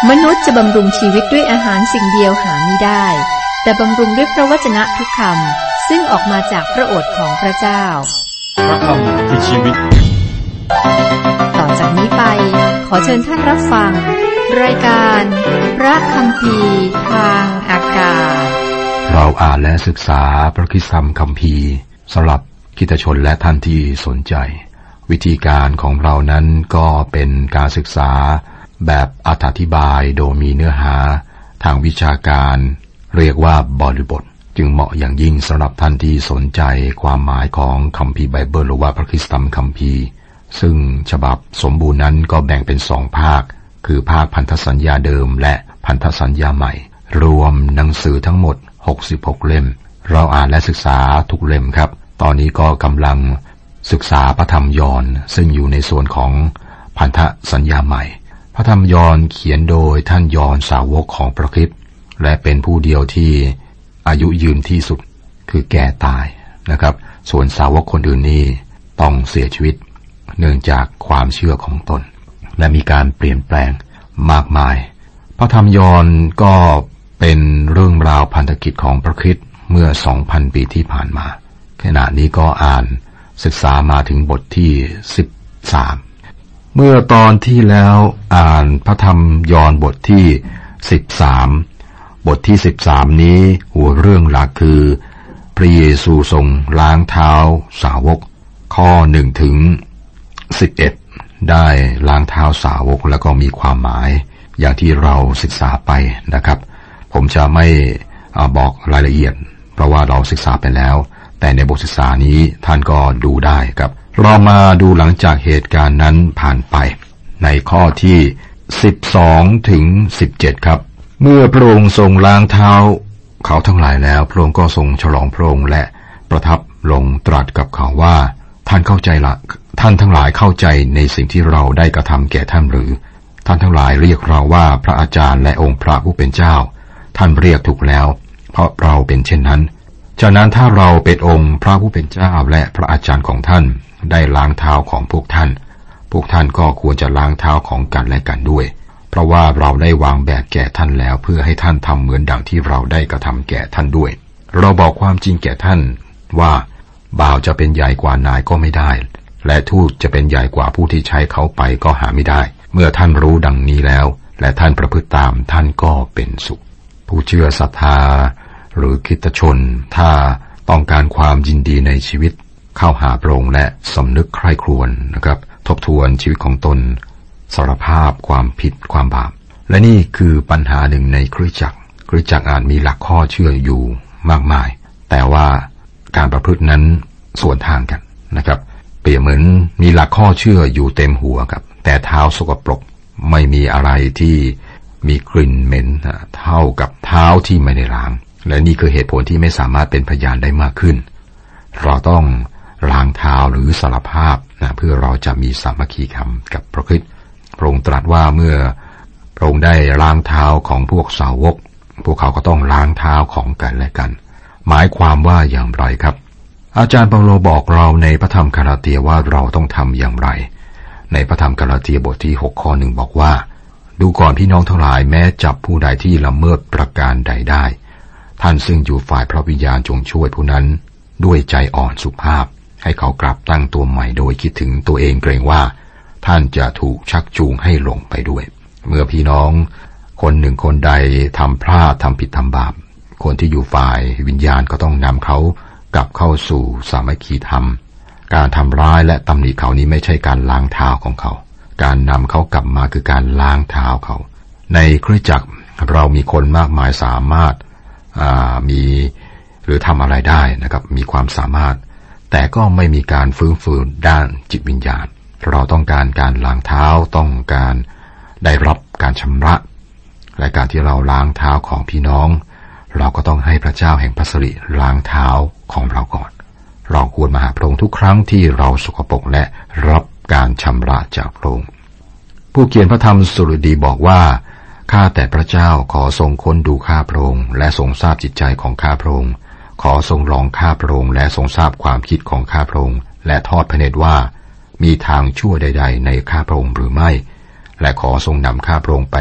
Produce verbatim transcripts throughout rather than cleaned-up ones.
มนุษย์จะบำรุงชีวิตด้วยอาหารสิ่งเดียวหาไม่ได้แต่บำรุงด้วยพระวจนะทุกคำซึ่งออกมาจากพระโอษฐ์ของพระเจ้าพระคำคือชีวิตต่อจากนี้ไปขอเชิญท่านรับฟังรายการพระคัมภีร์ทางอากาศเราอ่านและศึกษาพระคัมคัมภีร์สำหรับคริสตชนและท่านที่สนใจวิธีการของเรานั้นก็เป็นการศึกษาแบบอธิบายโดยมีเนื้อหาทางวิชาการเรียกว่าบริบทจึงเหมาะอย่างยิ่งสำหรับท่านที่สนใจความหมายของคัมภีร์ไบเบิลหรือว่าพระคริสตคัมภีร์ซึ่งฉบับสมบูรณ์นั้นก็แบ่งเป็นสองภาคคือภาคพันธสัญญาเดิมและพันธสัญญาใหม่รวมหนังสือทั้งหมดหกสิบหกเล่มเราอ่านและศึกษาทุกเล่มครับตอนนี้ก็กำลังศึกษาพระธรรมยอห์นซึ่งอยู่ในส่วนของพันธสัญญาใหม่พระธรรมยอห์นเขียนโดยท่านยอห์นสาวกของพระคริสต์และเป็นผู้เดียวที่อายุยืนที่สุดคือแก่ตายนะครับส่วนสาวกคนอื่นนี่ต้องเสียชีวิตเนื่องจากความเชื่อของตนและมีการเปลี่ยนแปลงมากมายพระธรรมยอห์นก็เป็นเรื่องราวพันธกิจของพระคริสต์เมื่อ สองพัน ปีที่ผ่านมาขณะนี้ก็อ่านศึกษามาถึงบทที่สิบสามเมื่อตอนที่แล้วอ่านพระธรรมยอห์นบทที่สิบสามบทที่สิบสามนี้หัวเรื่องหลักคือพระเยซูทรงล้างเท้าสาวกข้อหนึ่งถึงสิบเอ็ดได้ล้างเท้าสาวกแล้วก็มีความหมายอย่างที่เราศึกษาไปนะครับผมจะไม่บอกรายละเอียดเพราะว่าเราศึกษาไปแล้วแต่ในบทศึกษานี้ท่านก็ดูได้ครับเรามาดูหลังจากเหตุการณ์นั้นผ่านไปในข้อที่สิบสองถึงสิบเจ็ดครับเมื่อพระองค์ทรงล้างเท้าเขาทั้งหลายแล้วพระองค์ก็ทรงฉลองพระองค์และประทับลงตรัสกับเขาว่าท่านเข้าใจละท่านทั้งหลายเข้าใจในสิ่งที่เราได้กระทำแก่ท่านหรือท่านทั้งหลายเรียกเราว่าพระอาจารย์และองค์พระผู้เป็นเจ้าท่านเรียกถูกแล้วเพราะเราเป็นเช่นนั้นฉะนั้นถ้าเราเป็นองค์พระผู้เป็นเจ้าและพระอาจารย์ของท่านได้ล้างเท้าของพวกท่านพวกท่านก็ควรจะล้างเท้าของกันและกันด้วยเพราะว่าเราได้วางแบบแก่ท่านแล้วเพื่อให้ท่านทำเหมือนดังที่เราได้กระทำแก่ท่านด้วยเราบอกความจริงแก่ท่านว่าบ่าวจะเป็นใหญ่กว่านายก็ไม่ได้และทูตจะเป็นใหญ่กว่าผู้ที่ใช้เขาไปก็หาไม่ได้เมื่อท่านรู้ดังนี้แล้วและท่านประพฤติตามท่านก็เป็นสุขผู้เชื่อศรัทธาหรือคริสตชนถ้าต้องการความยินดีในชีวิตเข้าหาพระองค์และสำนึกใคร่ครวญนะครับทบทวนชีวิตของตนสารภาพความผิดความบาปและนี่คือปัญหาหนึ่งในคริสตจักรคริสตจักรอาจมีหลักข้อเชื่ออยู่มากมายแต่ว่าการประพฤตินั้นส่วนทางกันนะครับเปรียบเหมือนมีหลักข้อเชื่ออยู่เต็มหัวครับแต่เท้าสกปรกไม่มีอะไรที่มีกลิ่นเหม็นเท่ากับเท้าที่ไม่ได้ล้างและนี่คือเหตุผลที่ไม่สามารถเป็นพยานได้มากขึ้นเราต้องล้างเท้าหรือสารภาพนะเพื่อเราจะมีสามัคคีธรรมกับพระคริสต์พระองค์ตรัสว่าเมื่อพระองค์ได้ล้างเท้าของพวกสาวกพวกเขาก็ต้องล้างเท้าของกันและกันหมายความว่าอย่างไรครับอาจารย์เปาโลบอกเราในพระธรรมกาลาเทียว่าเราต้องทำอย่างไรในพระธรรมกาลาเทียบทที่หกข้อหนึ่งบอกว่าดูก่อนพี่น้องทั้งหลายแม้จับผู้ใดที่ละเมิดประการใดได้ท่านซึ่งอยู่ฝ่ายพระวิญญาณจงช่วยผู้นั้นด้วยใจอ่อนสุภาพให้เขากลับตั้งตัวใหม่โดยคิดถึงตัวเองเกรงว่าท่านจะถูกชักจูงให้หลงไปด้วยเมื่อพี่น้องคนหนึ่งคนใดทำพลาดทำผิดทำบาปคนที่อยู่ฝ่ายวิญญาณก็ต้องนำเขากลับเข้าสู่สามัคคีธรรมการทำร้ายและตำหนิเขานี้ไม่ใช่การล้างเท้าของเขาการนำเขากลับมาคือการล้างเท้าเขาในคริสตจักรเรามีคนมากมายสามารถมีหรือทำอะไรได้นะครับมีความสามารถแต่ก็ไม่มีการฟื้นฟูด้านจิตวิญญาณเราต้องการการล้างเท้าต้องการได้รับการชำระและการที่เราล้างเท้าของพี่น้องเราก็ต้องให้พระเจ้าแห่งพระสิริล้างเท้าของเราก่อนเราควรมาหาพระองค์ทุกครั้งที่เราสกปรกและรับการชำระจากพระองค์ผู้เขียนพระธรรมสดุดีบอกว่าข้าแต่พระเจ้าขอทรงค้นดูข้าพระองค์และทรงทราบจิตใจของข้าพระองค์ขอทรงลองข้าพระองค์และทรงทราบความคิดของข้าพระองค์และทอดพระเนตรว่ามีทางชั่วใดๆในข้าพระองค์หรือไม่และขอทรงนำข้าพระองค์ไป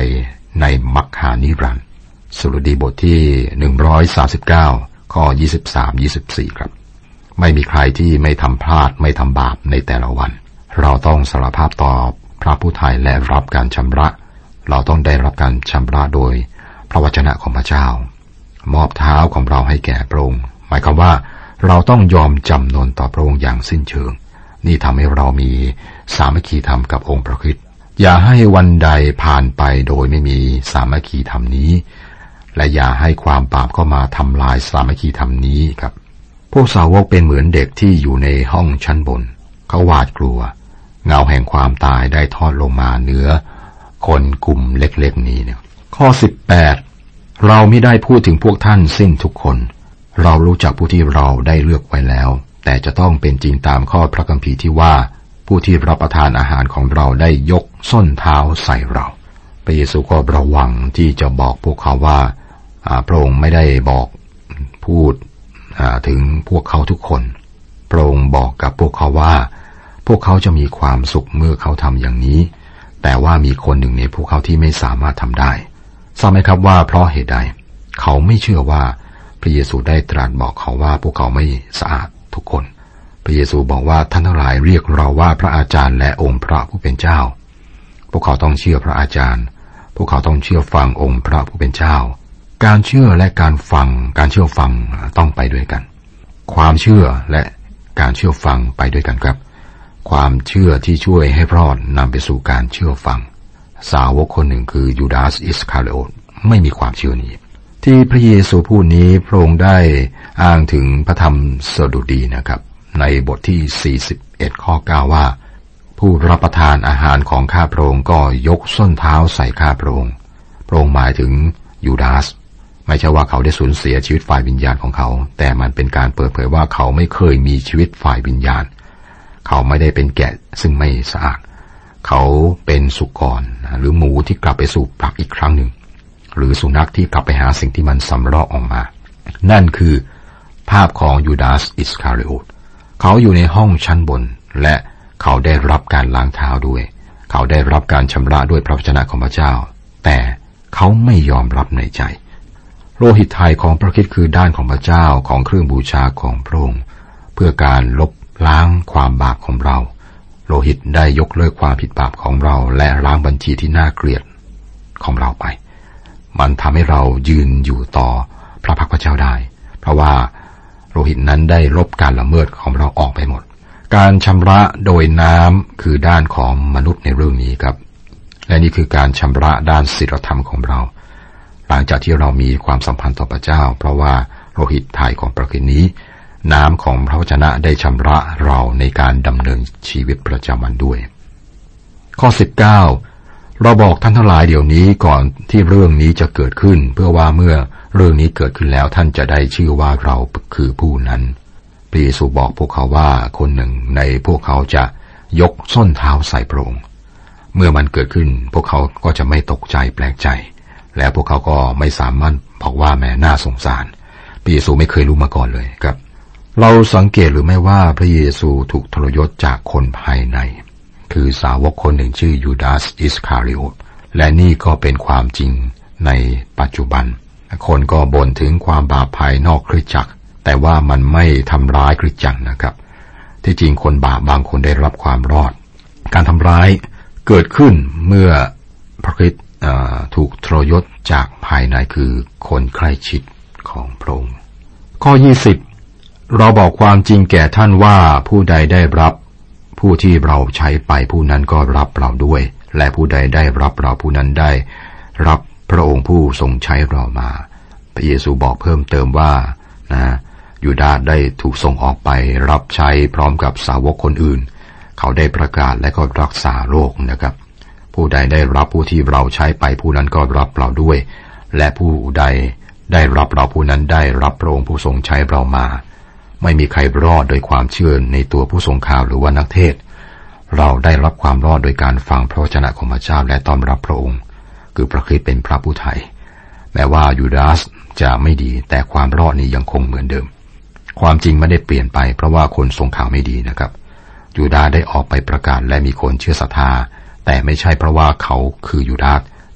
ในมรรคานิรันดร์สดุดีบทที่หนึ่งร้อยสามสิบเก้าข้อยี่สิบสาม ยี่สิบสี่ครับไม่มีใครที่ไม่ทำพลาดไม่ทำบาปในแต่ละวันเราต้องสารภาพต่อพระผู้ไถ่และรับการชำระเราต้องได้รับการชำระโดยพระวจนะของพระเจ้ามอบเท้าของเราให้แก่พระองค์หมายความว่าเราต้องยอมจำนนต่อพระองค์อย่างสิ้นเชิงนี่ทำให้เรามีสามัคคีธรรมกับองค์พระคริสต์อย่าให้วันใดผ่านไปโดยไม่มีสามัคคีธรรมนี้และอย่าให้ความบาปเข้ามาทำลายสามัคคีธรรมนี้ครับพวกสาวกเป็นเหมือนเด็กที่อยู่ในห้องชั้นบนเขาหวาดกลัวเงาแห่งความตายได้ทอดลงมาเหนือคนกลุ่มเล็กๆนี้เนี่ยข้อสิบแปดเราไม่ได้พูดถึงพวกท่านสิ้นทุกคนเรารู้จักผู้ที่เราได้เลือกไว้แล้วแต่จะต้องเป็นจริงตามข้อพระคัมภีร์ที่ว่าผู้ที่รับประทานอาหารของเราได้ยกส้นเท้าใส่เราพระเยซูก็ระวังที่จะบอกพวกเขาว่าพระองค์ไม่ได้บอกพูดถึงพวกเขาทุกคนพระองค์บอกกับพวกเขาว่าพวกเขาจะมีความสุขเมื่อเขาทำอย่างนี้แต่ว่ามีคนหนึ่งในพวกเขาที่ไม่สามารถทำได้ทราบไหมครับว่าเพราะเหตุใดเขาไม่เชื่อว่าพระเยซูได้ตรัสบอกเขาว่าพวกเขาไม่สะอาดทุกคนพระเยซูบอกว่าท่านทั้งหลายเรียกเราว่าพระอาจารย์และองค์พระผู้เป็นเจ้าพวกเขาต้องเชื่อพระอาจารย์พวกเขาต้องเชื่อฟังองค์พระผู้เป็นเจ้าการเชื่อและการฟังการเชื่อฟังต้องไปด้วยกันความเชื่อและการเชื่อฟังไปด้วยกันครับความเชื่อที่ช่วยให้รอดนำไปสู่การเชื่อฟังสาวกคนหนึ่งคือยูดาสอิสคาริโอตไม่มีความเชื่อนี้ที่พระเยซูพูดนี้พระองค์ได้อ้างถึงพระธรรมสดุดีนะครับในบทที่สี่สิบเอ็ดข้อเก้าว่าผู้รับประทานอาหารของข้าพระองค์ก็ยกส้นเท้าใส่ข้าพระองค์พระองค์หมายถึงยูดาสไม่ใช่ว่าเขาได้สูญเสียชีวิตฝ่ายวิญญาณของเขาแต่มันเป็นการเปิดเผยว่าเขาไม่เคยมีชีวิตฝ่ายวิญญาณเขาไม่ได้เป็นแกะซึ่งไม่สะอาดเขาเป็นสุกรหรือหมูที่กลับไปสู่ปลักอีกครั้งหนึ่งหรือสุนัขที่กลับไปหาสิ่งที่มันสำรอกออกมานั่นคือภาพของยูดาสอิสคาริโอตเขาอยู่ในห้องชั้นบนและเขาได้รับการล้างเท้าด้วยเขาได้รับการชำระด้วยพระวจนะของพระเจ้าแต่เขาไม่ยอมรับในใจโลหิตไถ่ของพระคริสต์คือด้านของพระเจ้าของเครื่องบูชาของพระองค์เพื่อการลบล้างความบาปของเราโลหิตได้ยกเลิกความผิดบาปของเราและล้างบัญชีที่น่าเกลียดของเราไปมันทำให้เรายืนอยู่ต่อพระพักพระเจ้าได้เพราะว่าโลหิตนั้นได้ลบการละเมิดของเราออกไปหมดการชำระโดยน้ำคือด้านของมนุษย์ในเรื่องนี้ครับและนี่คือการชำระด้านศีลธรรมของเราหลังจากที่เรามีความสัมพันธ์ต่อพระเจ้าเพราะว่าโลหิตไถ่ของพระคริสต์นี้น้ำของพระวจนะได้ชำระเราในการดำเนินชีวิตประจำวันด้วยข้อสิบเก้าเราบอกท่านทั้งหลายเดี๋ยวนี้ก่อนที่เรื่องนี้จะเกิดขึ้นเพื่อว่าเมื่อเรื่องนี้เกิดขึ้นแล้วท่านจะได้ชื่อว่าเราคือผู้นั้นพระเยซูบอกพวกเขาว่าคนหนึ่งในพวกเขาจะยกส้นเท้าใส่พระองค์เมื่อมันเกิดขึ้นพวกเขาก็จะไม่ตกใจแปลกใจและพวกเขาก็ไม่สามารถบอกว่าแม่น่าสงสารพระเยซูไม่เคยรู้มาก่อนเลยครับเราสังเกตหรือไม่ว่าพระเยซูถูกทรยศจากคนภายในคือสาวกคนหนึ่งชื่อยูดาสอิสคาริโอตและนี่ก็เป็นความจริงในปัจจุบันคนก็บ่นถึงความบาปภายนอกคริสตจักรแต่ว่ามันไม่ทำร้ายคริสตจักรนะครับที่จริงคนบาปบางคนได้รับความรอดการทำร้ายเกิดขึ้นเมื่อพระคริสต์ถูกทรยศจากภายในคือคนใกล้ชิดของพระองค์ข้อยี่สิบเราบอกความจริงแก่ท่านว่าผู้ใดได้รับผู้ที่เราใช้ไปผู้นั้นก็รับเราด้วยและผู้ใดได้รับเราผู้นั้นได้รับพระองค์ผู้ทรงใช้เรามาพระเยซูบอกเพิ่มเติมว่านะยูดาสได้ถูกส่งออกไปรับใช้พร้อมกับสาวกคนอื่นเขาได้ประกาศและก็รักษาโรคนะครับผู้ใดได้รับผู้ที่เราใช้ไปผู้นั้นก็รับเราด้วยและผู้ใดได้รับเราผู้นั้นได้รับพระองค์ผู้ทรงใช้เรามาไม่มีใครรอดโดยความเชื่อในตัวผู้ทรงข่าวหรือว่านักเทศน์เราได้รับความรอดโดยการฟังพระวจนะของพระเจ้าและต้อนรับพระองค์คือพระคริสต์เป็นพระผู้ไถ่แม้ว่ายูดาสจะไม่ดีแต่ความรอดนี้ยังคงเหมือนเดิมความจริงไม่ได้เปลี่ยนไปเพราะว่าคนทรงข่าวไม่ดีนะครับยูดาสได้ออกไปประกาศและมีคนเชื่อศรัทธาแต่ไม่ใช่เพราะว่าเขาคือยูดาส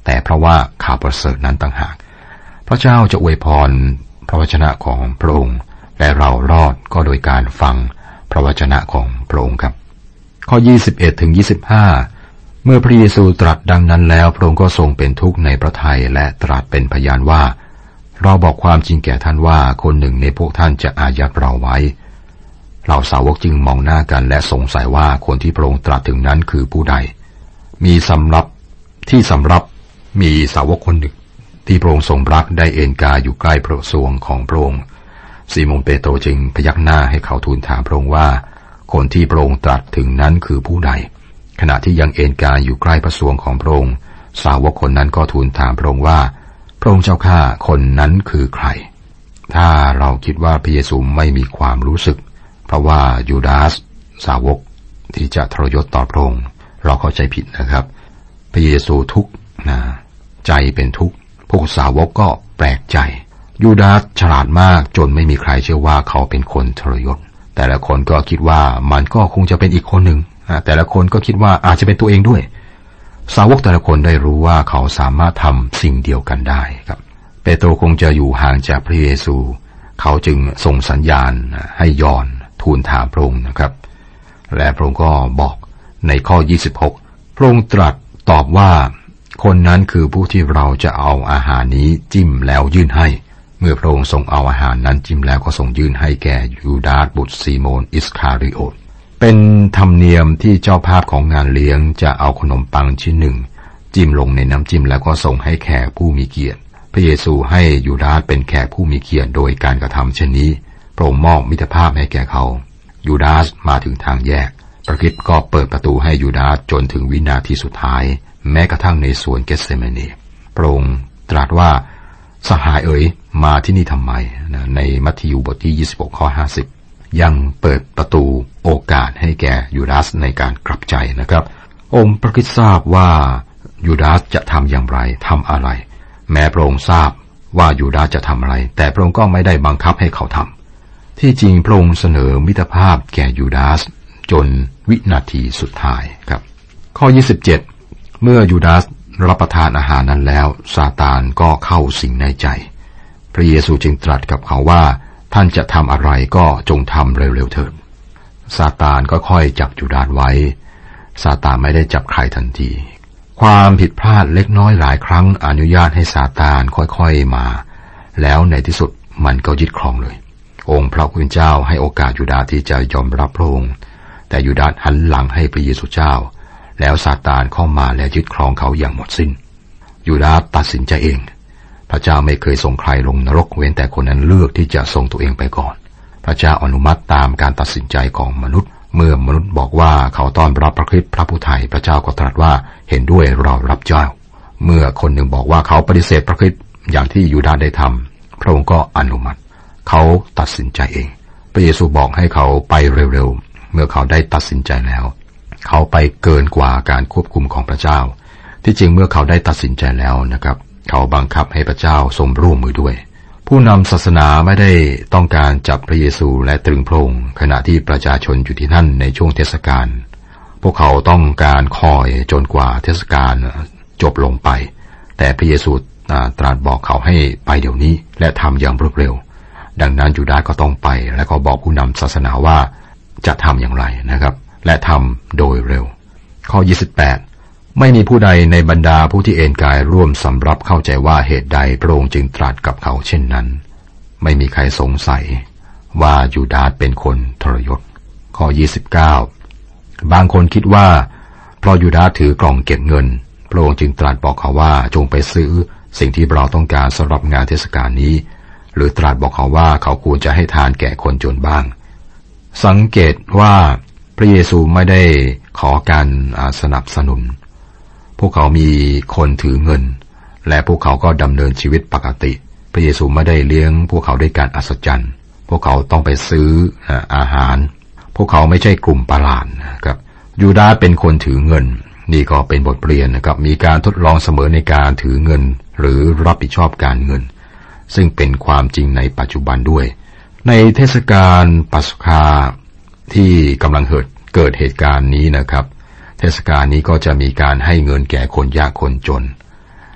แต่เพราะว่าข่าวประเสริฐนั้นต่างหากพระเจ้าจะอวยพรพระวจนะของพระองค์และเรารอดก็โดยการฟังพระวจนะของพระองค์ครับข้อยี่สิบเอ็ดถึงยี่สิบห้าเมื่อพระเยซูตรัสดังนั้นแล้วพระองค์ก็ทรงเป็นทุกข์ในพระทัยและตรัสเป็นพยานว่าเราบอกความจริงแก่ท่านว่าคนหนึ่งในพวกท่านจะอายัดเราไว้เราสาวกจึงมองหน้ากันและสงสัยว่าคนที่พระองค์ตรัสถึงนั้นคือผู้ใดมีสำรับที่สำรับมีสาวกคนหนึ่งที่พระองค์ทรงรักได้เอนกายอยู่ใกล้พระทรวงของพระองค์ซีโมนเปโตรจึงพยักหน้าให้เขาทูลถามพระองค์ว่าคนที่พระองค์ตรัสถึงนั้นคือผู้ใดขณะที่ยังเอนกายอยู่ใกล้พระทรวงของพระองค์สาวกคนนั้นก็ทูลถามพระองค์ว่าพระองค์เจ้าข้าคนนั้นคือใครถ้าเราคิดว่าพระเยซูไม่มีความรู้สึกเพราะว่ายูดาสสาวกที่จะทรยศต่อพระองค์เราเข้าใจผิดนะครับพระเยซูทุกข์นะใจเป็นทุกข์พวกสาวกก็แปลกใจยูดาสฉลาดมากจนไม่มีใครเชื่อว่าเขาเป็นคนทรยศแต่ละคนก็คิดว่ามันก็คงจะเป็นอีกคนหนึ่งแต่ละคนก็คิดว่าอาจจะเป็นตัวเองด้วยสาวกแต่ละคนได้รู้ว่าเขาสามารถทำสิ่งเดียวกันได้ครับเปโตรคงจะอยู่ห่างจากพระเยซูเขาจึงส่งสัญญาณให้ยอห์นทูลถามพระองค์นะครับและพระองค์ก็บอกในข้อยี่สิบหกพระองค์ตรัสตอบว่าคนนั้นคือผู้ที่เราจะเอาอาหารนี้จิ้มแล้วยื่นให้เมื่อพระองค์ทรงเอาอาหารนั้นจิ้มแล้วก็ทรงยื่นให้แก่ยูดาสบุตรซีโมนอิสคาริโอตเป็นธรรมเนียมที่เจ้าภาพของงานเลี้ยงจะเอาขนมปังชิ้นหนึ่งจิ้มลงในน้ำจิ้มแล้วก็ส่งให้แขกผู้มีเกียรติพระเยซูให้ยูดาสเป็นแขกผู้มีเกียรติโดยการกระทำเช่นนี้พระองค์มอบมิตรภาพให้แก่เขายูดาสมาถึงทางแยกพระคริสต์ก็เปิดประตูให้ยูดาสจนถึงวินาทีสุดท้ายแม้กระทั่งในสวนเกสเซมานีพระองค์ตรัสว่าสหายเอ๋ยมาที่นี่ทำไมนะในมัทธิวบทที่ยี่สิบหกข้อห้าสิบยังเปิดประตูโอกาสให้แก่ยูดาสในการกลับใจนะครับองค์พระคริสต์ทราบว่ายูดาสจะทำอย่างไรทำอะไรแม้พระองค์ทราบว่ายูดาสจะทำอะไรแต่พระองค์ก็ไม่ได้บังคับให้เขาทำที่จริงพระองค์เสนอมิตรภาพแก่ยูดาสจนวินาทีสุดท้ายครับข้อยี่สิบเจ็ดเมื่อยูดาสรับประทานอาหารนั้นแล้วซาตานก็เข้าสิงในใจพระเยซูจึงตรัสกับเขาว่าท่านจะทำอะไรก็จงทำเร็วๆเถิดซาตานก็ค่อยจับยูดาสไว้ซาตานไม่ได้จับใครทันทีความผิดพลาดเล็กน้อยหลายครั้งอนุญาตให้ซาตานค่อยๆมาแล้วในที่สุดมันก็ยึดครองเลยองค์พระผู้เป็นเจ้าให้โอกาสยูดาสที่จะยอมรับพระองค์แต่ยูดาสหันหลังให้พระเยซูเจ้าแล้วซาตานเข้ามาและยึดครองเขาอย่างหมดสิ้นยูดาสตัดสินใจเองพระเจ้าไม่เคยส่งใครลงนรกเว้นแต่คนนั้นเลือกที่จะส่งตัวเองไปก่อนพระเจ้าอนุมัติตามการตัดสินใจของมนุษย์เมื่อมนุษย์บอกว่าเขาต้อนรับพระคริสต์พระผู้ไถ่พระเจ้าก็ตรัสว่าเห็นด้วยเรารับเจ้าเมื่อคนหนึ่งบอกว่าเขาปฏิเสธพระคริสต์อย่างที่ยูดาสได้ทำพระองค์ก็อนุมัติเขาตัดสินใจเองพระเยซูบอกให้เขาไปเร็วๆเมื่อเขาได้ตัดสินใจแล้วเขาไปเกินกว่าการควบคุมของพระเจ้าที่จริงเมื่อเขาได้ตัดสินใจแล้วนะครับเขาบังคับให้พระเจ้าทรงร่วมมือด้วยผู้นำศาสนาไม่ได้ต้องการจับพระเยซูและตรึงพระองค์ขณะที่ประชาชนอยู่ที่นั่นในช่วงเทศกาลพวกเขาต้องการคอยจนกว่าเทศกาลจบลงไปแต่พระเยซูตรัสบอกเขาให้ไปเดี๋ยวนี้และทำอย่างรวดเร็วดังนั้นยูดาสก็ต้องไปและก็บอกผู้นำศาสนาว่าจะทำอย่างไรนะครับและทำโดยเร็วข้อยี่สิบแปดไม่มีผู้ใดในบรรดาผู้ที่เอนกายร่วมสำรับเข้าใจว่าเหตุใดพระองค์จึงตรัสกับเขาเช่นนั้นไม่มีใครสงสัยว่ายูดาสเป็นคนทรยศข้อยี่สิบเก้าบางคนคิดว่าเพราะยูดาสถือกล่องเก็บเงินพระองค์จึงตรัสบอกเขาว่าจงไปซื้อสิ่งที่เราต้องการสำหรับงานเทศกาลนี้หรือตรัสบอกเขาว่าเขาควรจะให้ทานแก่คนจนบ้างสังเกตว่าพระเยซูไม่ได้ขอการสนับสนุนพวกเขามีคนถือเงินและพวกเขาก็ดำเนินชีวิตปกติพระเยซูไม่ได้เลี้ยงพวกเขาด้วยการอัศจรรย์พวกเขาต้องไปซื้ออาหารพวกเขาไม่ใช่กลุ่มประหลาดนะครับยูดาสเป็นคนถือเงินนี่ก็เป็นบทเรียนนะครับมีการทดลองเสมอในการถือเงินหรือรับผิดชอบการเงินซึ่งเป็นความจริงในปัจจุบันด้วยในเทศกาลปัสกาที่กำลังเกิดเหตุการณ์นี้นะครับเทศกาลนี้ก็จะมีการให้เงินแก่คนยากคนจน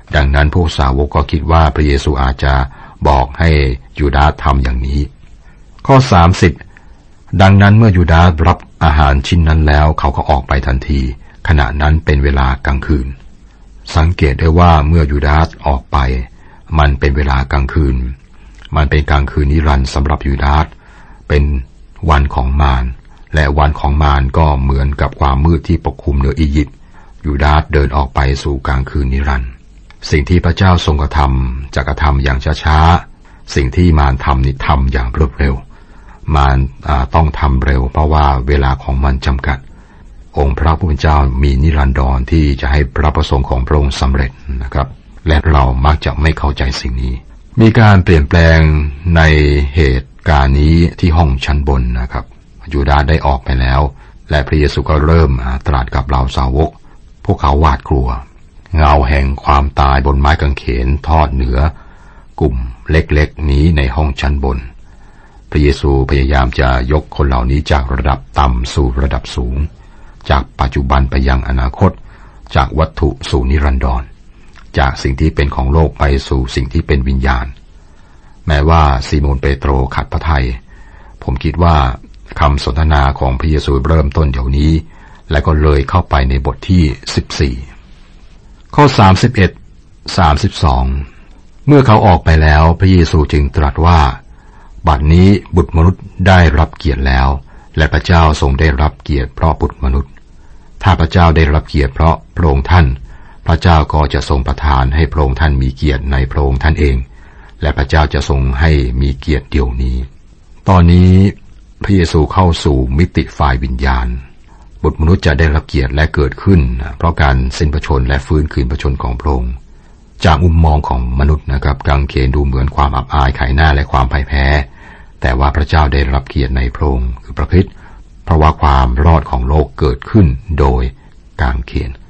ดังนั้นพวกสาวกก็คิดว่าพระเยซูอาจจะบอกให้ยูดาสทำอย่างนี้ข้อสามสิบดังนั้นเมื่อยูดาสรับอาหารชิ้นนั้นแล้วเขาก็ออกไปทันทีขณะนั้นเป็นเวลากลางคืนสังเกตได้ว่าเมื่อยูดาสออกไปมันเป็นเวลากลางคืนมันเป็นกลางคืนนิรันดร์สำหรับยูดาสเป็นวันของมารและวันของมารก็เหมือนกับความมืดที่ปกคลุมเหนืออียิปต์ยูดาสเดินออกไปสู่กลางคืนนิรันดร์สิ่งที่พระเจ้าทรงกระทำจะกระทำอย่างช้าๆสิ่งที่มารทำนี่ทำอย่างรวดเร็วมารต้องทำเร็วเพราะว่าเวลาของมันจำกัดองค์พระผู้เป็นเจ้ามีนิรันดรที่จะให้พระประสงค์ของพระองค์สำเร็จนะครับและเรามักจะไม่เข้าใจสิ่งนี้มีการเปลี่ยนแปลงในเหตุการณ์นี้ที่ห้องชั้นบนนะครับยูดาสได้ออกไปแล้วและพระเยซูก็เริ่มตรัสกับเหล่าสาวกพวกเขาหวาดกลัวเงาแห่งความตายบนไม้กางเขนทอดเหนือกลุ่มเล็กๆนี้ในห้องชั้นบนพระเยซูพยายามจะยกคนเหล่านี้จากระดับต่ำสู่ระดับสูงจากปัจจุบันไปยังอนาคตจากวัตถุสู่นิรันดรจากสิ่งที่เป็นของโลกไปสู่สิ่งที่เป็นวิญญาณแม้ว่าซีโมนเปโตรขัดพระทัยผมคิดว่าคำสนทนาของพระเยซูเริ่มต้นเดี๋ยวนี้และก็เลยเข้าไปในบทที่สิบสี่ข้อสามสิบเอ็ด สามสิบสองเมื่อเขาออกไปแล้วพระเยซูจึงตรัสว่าบัดนี้บุตรมนุษย์ได้รับเกียรติแล้วและพระเจ้าทรงได้รับเกียรติเพราะบุตรมนุษย์ถ้าพระเจ้าได้รับเกียรติเพราะพระองค์ท่านพระเจ้าก็จะทรงประทานให้พระองค์ท่านมีเกียรติในพระองค์ท่านเองและพระเจ้าจะทรงให้มีเกียรติเดี๋ยวนี้ตอนนี้พระเยซูเข้าสู่มิติฝ่ายวิญญาณบุตรมนุษย์จะได้รับเกียรติและเกิดขึ้นเพราะการสิ้นพระชนม์และฟื้นคืนพระชนม์ของพระองค์จากมุมมองของมนุษย์นะครับกางเขนดูเหมือนความอับอายขายหน้าและความพ่ายแพ้แต่ว่าพระเจ้าได้รับเกียรติในพระองค์คือพระคริสต์เพราะว่าความรอดของโลกเกิดขึ้นโดยกางเขน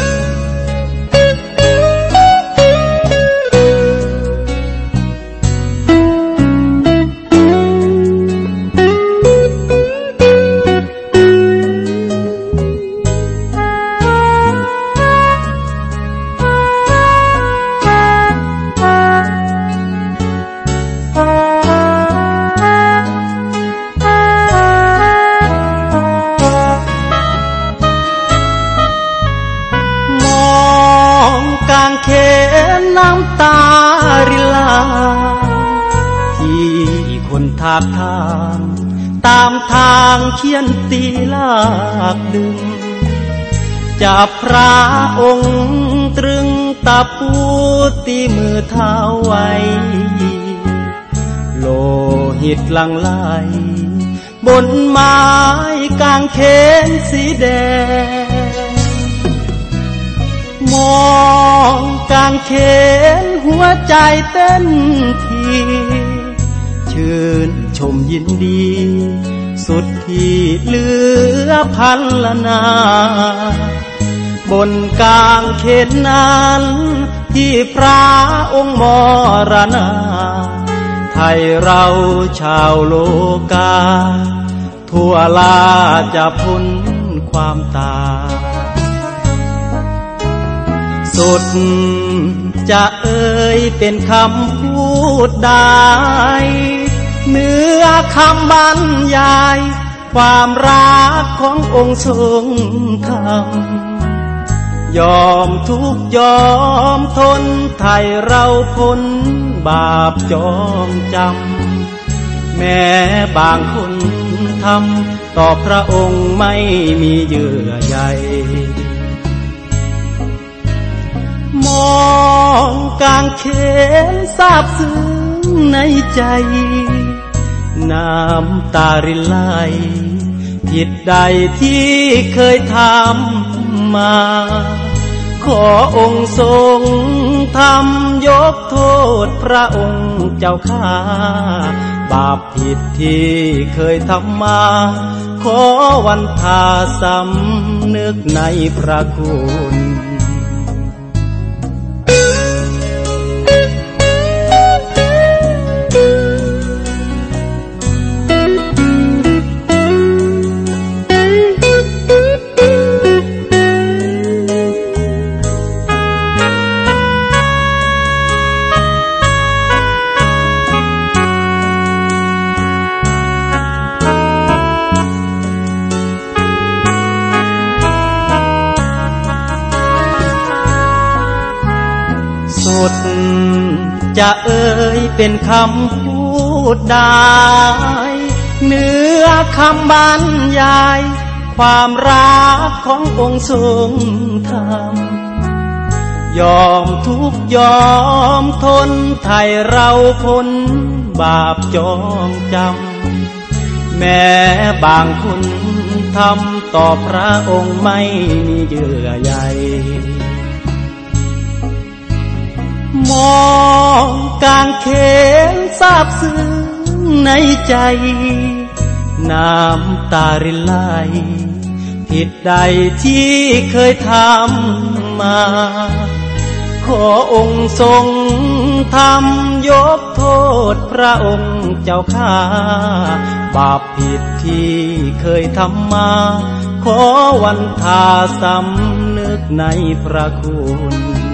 น้ำตาริลาที่คนทาบทางตามทางเขียนตีลากดึงจับพระองค์ตรึงตะปูตีมือเท้าไว้โลหิตหลั่งไหลบนไม้กางเขนสีแดงมองกางเขนหัวใจเต้นทีชื่นชมยินดีสุดที่เหลือพันละนาบนกางเขนนั้นที่พระองค์มรณาไทยเราชาวโลกาทั่วลาจะพ้นความตายสุดจะเอ่ยเป็นคำพูดใดเนื้อคำบรรยายความรักขององค์ทรงธรรมยอมทุกข์ยอมทนไถ่เราพ้นบาปจองจำแม้บางคนทำต่อพระองค์ไม่มีเยื่อใยมองกางเขนซาบซึ้งในใจน้ำตารินไหลผิดใดที่เคยทำมาขอองค์ทรงทำยกโทษพระองค์เจ้าข้าบาปผิดที่เคยทำมาขอวันทาสำนึกในพระคุณดจะเอ่ยเป็นคำพูดได้เนื้อคำบรรยายความรักขององค์ทรงธรรมยอมทุกข์ยอมทนไถ่เราพ้นบาปจองจำแม้บางคนทำต่อพระองค์ไม่มีเยื่อใยมองกางเขนซาบซึ้งในใจน้ำตารินไหลผิดใดที่เคยทำมาขอองค์ทรงธรรมยกโทษพระองค์เจ้าข้าบาปผิดที่เคยทำมาขอวันทาสำนึกในพระคุณ